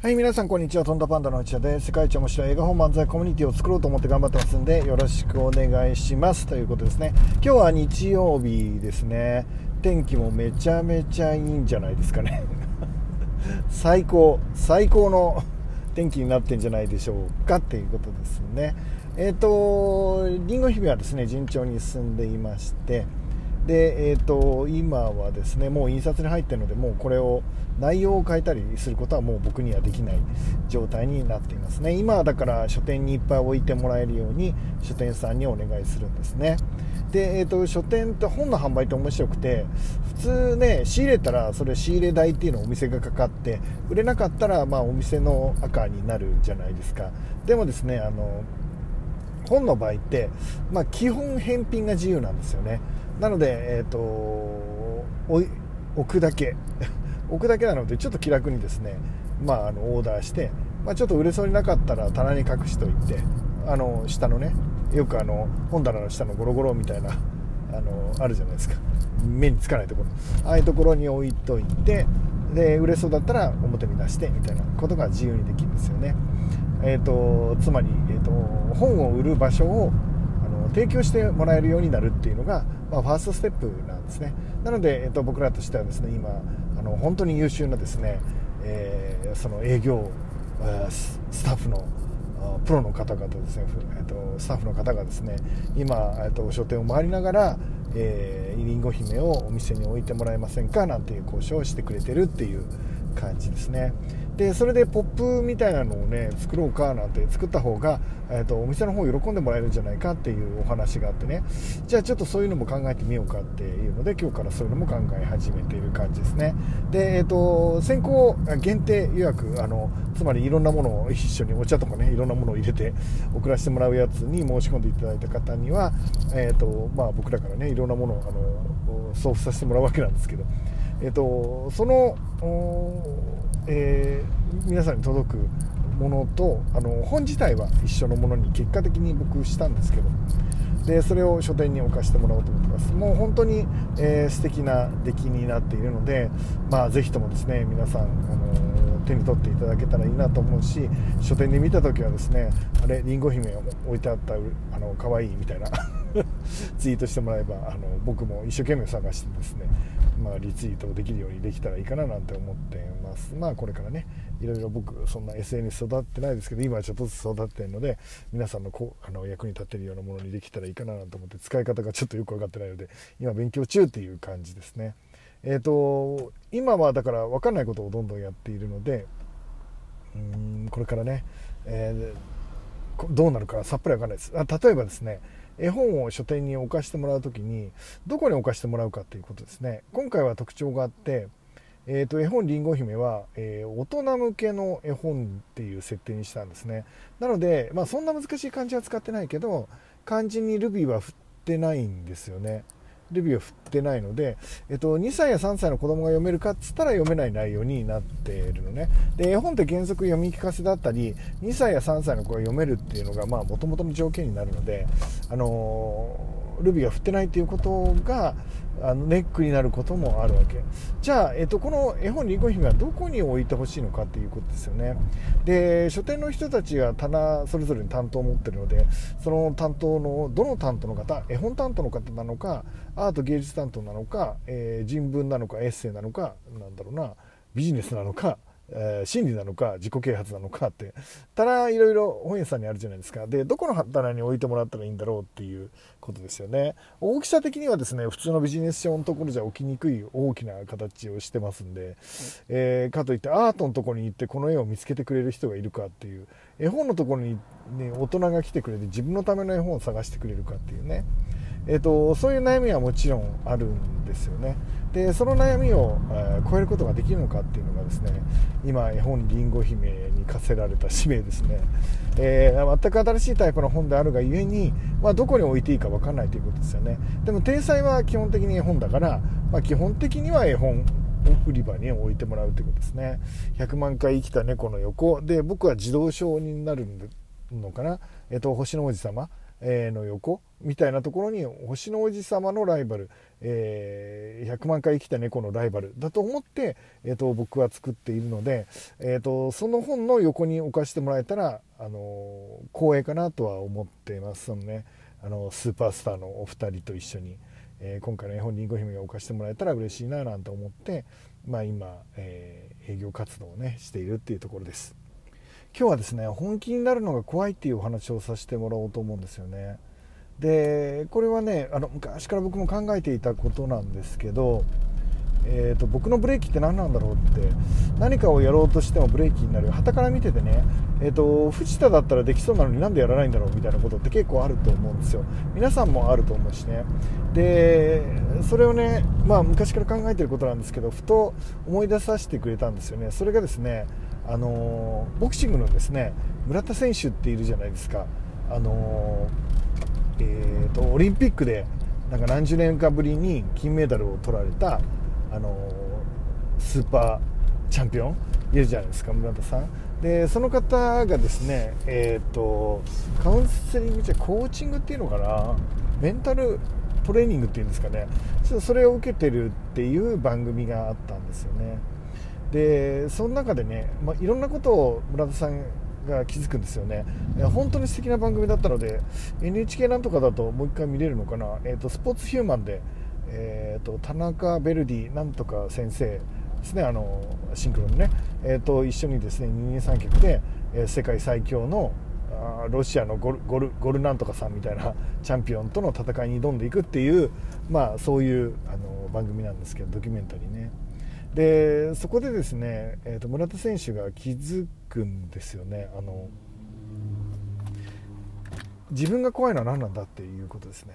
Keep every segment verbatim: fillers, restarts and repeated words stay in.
はい、皆さんこんにちは。とんだパンダの内田で世界一面白い映画本漫才コミュニティを作ろうと思って頑張ってますんで、よろしくお願いしますということですね。今日は日曜日ですね。天気もめちゃめちゃいいんじゃないですかね最高最高の天気になってんじゃないでしょうかっていうことですね。えっとりんご姫はですね順調に進んでいまして、で、えー、と今はですねもう印刷に入っているので、もうこれを内容を変えたりすることはもう僕にはできない状態になっていますね。今はだから書店にいっぱい置いてもらえるように書店さんにお願いするんですね。で、えー、と書店って本の販売って面白くて、普通ね仕入れたらそれ仕入れ代っていうのをお店がかかって、売れなかったらまあお店の赤になるじゃないですか。でもですねあの本の場合って、まあ、基本返品が自由なんですよね。なので、えー、と置くだけ置くだけなので、ちょっと気楽にですね、まあ、あのオーダーして、まあ、ちょっと売れそうになかったら棚に隠しといて、あの下のね、よくあの本棚の下のゴロゴロみたいなあのあるじゃないですか、目につかないところ、ああいうところに置いといて、で売れそうだったら表に出してみたいなことが自由にできるんですよね。えー、とつまり、えー、と本を売る場所をあの提供してもらえるようになるっていうのが、まあ、ファーストステップなんですね。なので、えー、と僕らとしてはですね、今あの本当に優秀なですね、えー、その営業スタッフのプロの方々ですね、えー、とスタッフの方がですね今、えー、と書店を回りながら、えー、りんご姫をお店に置いてもらえませんかなんていう交渉をしてくれてるっていう感じですね。でそれでポップみたいなのをね作ろうかなんて作った方が、えー、とお店の方喜んでもらえるんじゃないかっていうお話があってね、じゃあちょっとそういうのも考えてみようかっていうので、今日からそういうのも考え始めている感じですね。で、えー、と先行限定予約、あのつまりいろんなものを一緒にお茶とかね、いろんなものを入れて送らせてもらうやつに申し込んでいただいた方には、えーとまあ、僕らからねいろんなものをあの送付させてもらうわけなんですけど、えー、とそのえー、皆さんに届くものとあの本自体は一緒のものに結果的に僕したんですけど、でそれを書店に置かせてもらおうと思ってます。もう本当に、えー、素敵な出来になっているので、まあ、ぜひともですね皆さん、あの手に取っていただけたらいいなと思うし、書店で見た時はですね、あれりんご姫を置いてあったあの可愛いみたいなツイートしてもらえば、あの僕も一生懸命探してですね、まあ、リツイートできるようにできたらいいかななんて思ってます。まあこれからねいろいろ僕そんな エスエヌエス 育ってないですけど、今はちょっとずつ育っているので、皆さんのこうあの役に立てるようなものにできたらいいかなと思って、使い方がちょっとよく分かってないので今勉強中っていう感じですね。えーと今はだから分かんないことをどんどんやっているので、うーんこれからね、えー、どうなるかさっぱり分かんないです。あ例えばですね、絵本を書店に置かしてもらうときにどこに置かしてもらうかということですね。今回は特徴があって、えー、と絵本りんご姫は、えー、大人向けの絵本っていう設定にしたんですね。なので、まあ、そんな難しい漢字は使ってないけど、漢字にルビーは振ってないんですよね。ルビーは振ってないので、えっと、にさいやさんさいの子供が読めるかっつったら読めない内容になっているのね。で絵本って原則読み聞かせだったり、にさいやさんさいの子が読めるっていうのがもともとの条件になるので、あのー、ルビーが振ってないっていうことがあのネックになることもあるわけ。じゃあ、えっと、この絵本りんご姫はどこに置いてほしいのかっていうことですよね。で書店の人たちが棚それぞれに担当を持ってるので、その担当のどの担当の方、絵本担当の方なのか、アート芸術担当なのか、えー、人文なのか、エッセイなのか、なんだろうな、ビジネスなのか、えー、心理なのか、自己啓発なのかって棚いろいろ本屋さんにあるじゃないですか。でどこの棚に置いてもらったらいいんだろうっていうことですよね。大きさ的にはですね、普通のビジネス書のところじゃ置きにくい大きな形をしてますんで、えー、かといってアートのところに行ってこの絵を見つけてくれる人がいるかっていう、絵本のところに、ね、大人が来てくれて自分のための絵本を探してくれるかっていうね、えーと、そういう悩みはもちろんあるんですよね。でその悩みを、えー、超えることができるのかっていうのがですね、今絵本りんご姫に課せられた使命ですね。えー、全く新しいタイプの本であるがゆえに、まあ、どこに置いていいか分かんないということですよね。でも体裁は基本的に絵本だから、まあ、基本的には絵本売り場に置いてもらうということですね。ひゃくまんかい生きた猫の横で、僕は児童書になるのかな、えーと、星の王子様えーの横みたいなところに星の王子様のライバル、えーひゃくまんかい生きた猫のライバルだと思って、えーと僕は作っているので、えーとその本の横に置かせてもらえたら、あのー光栄かなとは思っています。そのね、あのスーパースターのお二人と一緒に、えー今回の絵本りんご姫が置かせてもらえたら嬉しいななんて思って、まあ、今、えー営業活動をねしているっていうところです。今日はですね、本気になるのが怖いっていうお話をさせてもらおうと思うんですよね。でこれはね、あの昔から僕も考えていたことなんですけど、えーと僕のブレーキって何なんだろうって、何かをやろうとしてもブレーキになる、傍から見ててね、えーと藤田だったらできそうなのになんでやらないんだろうみたいなことって結構あると思うんですよ。皆さんもあると思うしね。でそれをね、まあ昔から考えてることなんですけど、ふと思い出させてくれたんですよね。それがですね、あのボクシングのですね、村田選手っているじゃないですか。あのえーとオリンピックでなんか何十年かぶりに金メダルを取られた、あのスーパーチャンピオンいるじゃないですか、村田さんで。その方がですね、えーとカウンセリングじゃコーチングっていうのかな、メンタルトレーニングっていうんですかね、ちょっとそれを受けてるっていう番組があったんですよね。でその中でね、まあ、いろんなことを村田さんが気づくんですよね。本当に素敵な番組だったので エヌエイチケー なんとかだともう一回見れるのかな、えーとスポーツヒューマンで、えーと田中ベルディなんとか先生ですね、あのシンクロのね、えーと一緒にですね二人三脚で、えー世界最強のあロシアのゴル、ゴル、ゴルなんとかさんみたいなチャンピオンとの戦いに挑んでいくっていう、まあそういうあの番組なんですけど、ドキュメンタリーね。でそこでですね、えーと村田選手が気づくんですよね。あの自分が怖いのは何なんだっていうことですね。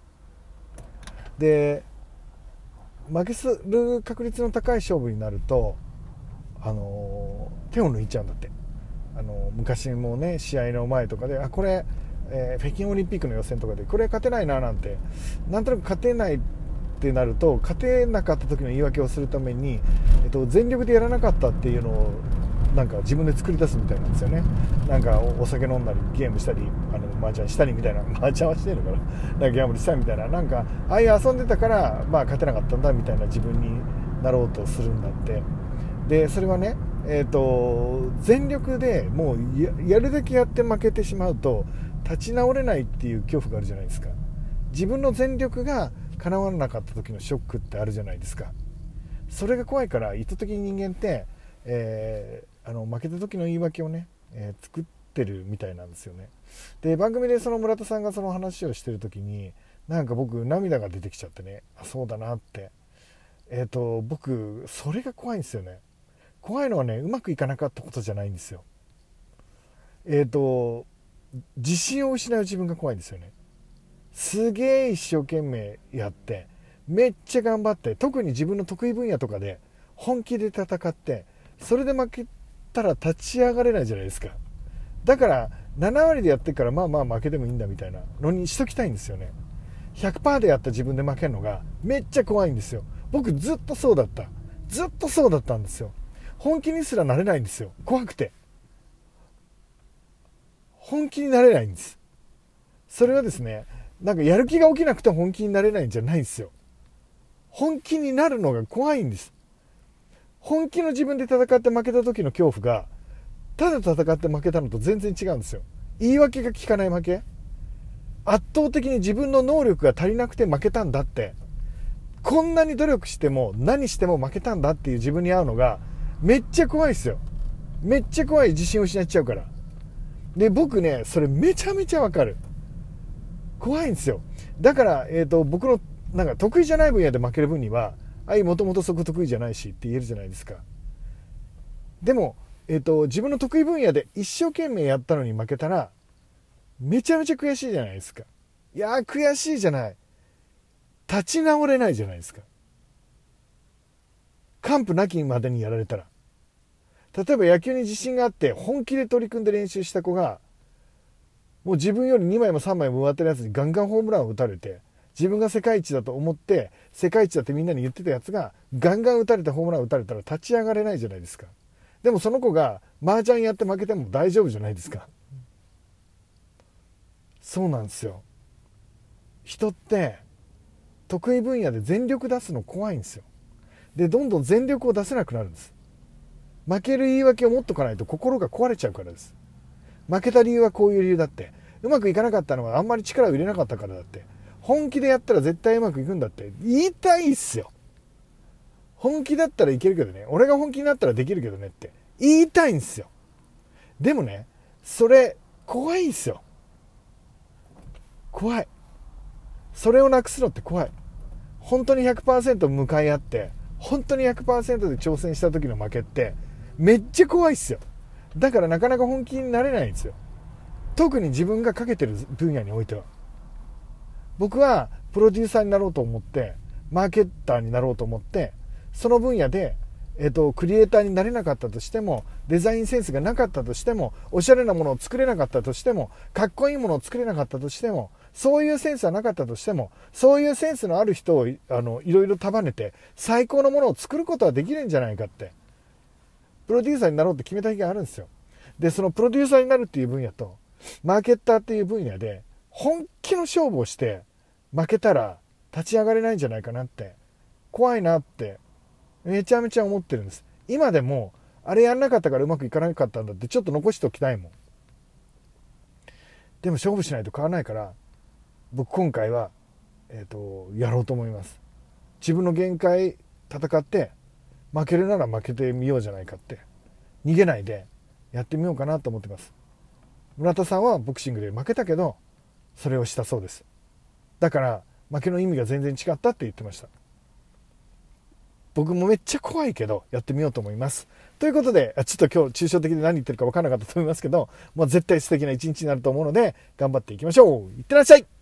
で負けする確率の高い勝負になると、あの手を抜いちゃうんだって。あの昔もね、試合の前とかで、あこれ、えー、北京オリンピックの予選とかでこれ勝てないななんて、なんとなく勝てないってなると、勝てなかった時の言い訳をするために、えっと、全力でやらなかったっていうのをなんか自分で作り出すみたいなんですよね。なんか お, お酒飲んだりゲームしたり、あの麻雀したりみたいな、麻雀はしてるのかな、なんかギャンブルしたりみたいな、なんかああいう遊んでたから、まあ、勝てなかったんだみたいな自分になろうとするんだって。でそれはね、えーと全力でもう や, やるだけやって負けてしまうと立ち直れないっていう恐怖があるじゃないですか。自分の全力が叶わなかった時のショックってあるじゃないですか。それが怖いから意図的に人間って、えー、あの負けた時の言い訳をね、えー、作ってるみたいなんですよね。で番組でその村田さんがその話をしてる時に、なんか僕涙が出てきちゃってね、あそうだなって、えーと僕それが怖いんですよね。怖いのはね、うまくいかなかったことじゃないんですよ。えーと自信を失う自分が怖いんですよね。すげえ一生懸命やってめっちゃ頑張って、特に自分の得意分野とかで本気で戦って、それで負けたら立ち上がれないじゃないですか。だからなな割でやってからまあまあ負けでもいいんだみたいなのにしときたいんですよね。 ひゃくパーセント でやった自分で負けるのがめっちゃ怖いんですよ。僕ずっとそうだったずっとそうだったんですよ。本気にすらなれないんですよ。怖くて本気になれないんです。それはですね、なんかやる気が起きなくて本気になれないんじゃないんですよ。本気になるのが怖いんです。本気の自分で戦って負けた時の恐怖が、ただ戦って負けたのと全然違うんですよ。言い訳が効かない負け、圧倒的に自分の能力が足りなくて負けたんだって、こんなに努力しても何しても負けたんだっていう自分に会うのがめっちゃ怖いですよ。めっちゃ怖い。自信を失っちゃうから。で僕ね、それめちゃめちゃわかる。怖いんですよ。だから、えーと、僕のなんか得意じゃない分野で負ける分には、あいもともとそこ得意じゃないしって言えるじゃないですか。でも、えーと、自分の得意分野で一生懸命やったのに負けたらめちゃめちゃ悔しいじゃないですか。いやー悔しいじゃない、立ち直れないじゃないですか。完膚なきまでにやられたら。例えば野球に自信があって本気で取り組んで練習した子が、もう自分よりにまいもさんまいも上手いやつにガンガンホームランを打たれて、自分が世界一だと思って世界一だってみんなに言ってたやつがガンガン打たれてホームラン打たれたら立ち上がれないじゃないですか。でもその子が麻雀やって負けても大丈夫じゃないですか。 そうなんですよ。人って得意分野で全力出すの怖いんですよ。でどんどん全力を出せなくなるんです。負ける言い訳を持っとかないと心が壊れちゃうからです。負けた理由はこういう理由だって、うまくいかなかったのはあんまり力を入れなかったからだって、本気でやったら絶対うまくいくんだって言いたいっすよ。本気だったらいけるけどね、俺が本気になったらできるけどねって言いたいんですよ。でもね、それ怖いっすよ。怖い。それをなくすのって怖い。本当に ひゃくパーセント 向かい合って本当に ひゃくパーセント で挑戦した時の負けってめっちゃ怖いっすよ。だからなかなか本気になれないんですよ。特に自分がかけてる分野においては。僕はプロデューサーになろうと思って、マーケッターになろうと思って、その分野で、えっと、クリエイターになれなかったとしても、デザインセンスがなかったとしても、おしゃれなものを作れなかったとしても、かっこいいものを作れなかったとしても、そういうセンスはなかったとしても、そういうセンスのある人をあのいろいろ束ねて最高のものを作ることはできるんじゃないかって、プロデューサーになろうって決めた日があるんですよ。でそのプロデューサーになるっていう分野とマーケッターっていう分野で本気の勝負をして負けたら立ち上がれないんじゃないかなって、怖いなってめちゃめちゃ思ってるんです。今でもあれやんなかったからうまくいかなかったんだってちょっと残しておきたいもん。でも勝負しないと変わらないから、僕今回は、えーと、やろうと思います。自分の限界戦って負けるなら負けてみようじゃないかって、逃げないでやってみようかなと思ってます。村田さんはボクシングで負けたけどそれをしたそうです。だから負けの意味が全然違ったって言ってました。僕もめっちゃ怖いけどやってみようと思います。ということで、ちょっと今日抽象的で何言ってるか分からなかったと思いますけど、もう絶対素敵な一日になると思うので頑張っていきましょう。いってらっしゃい。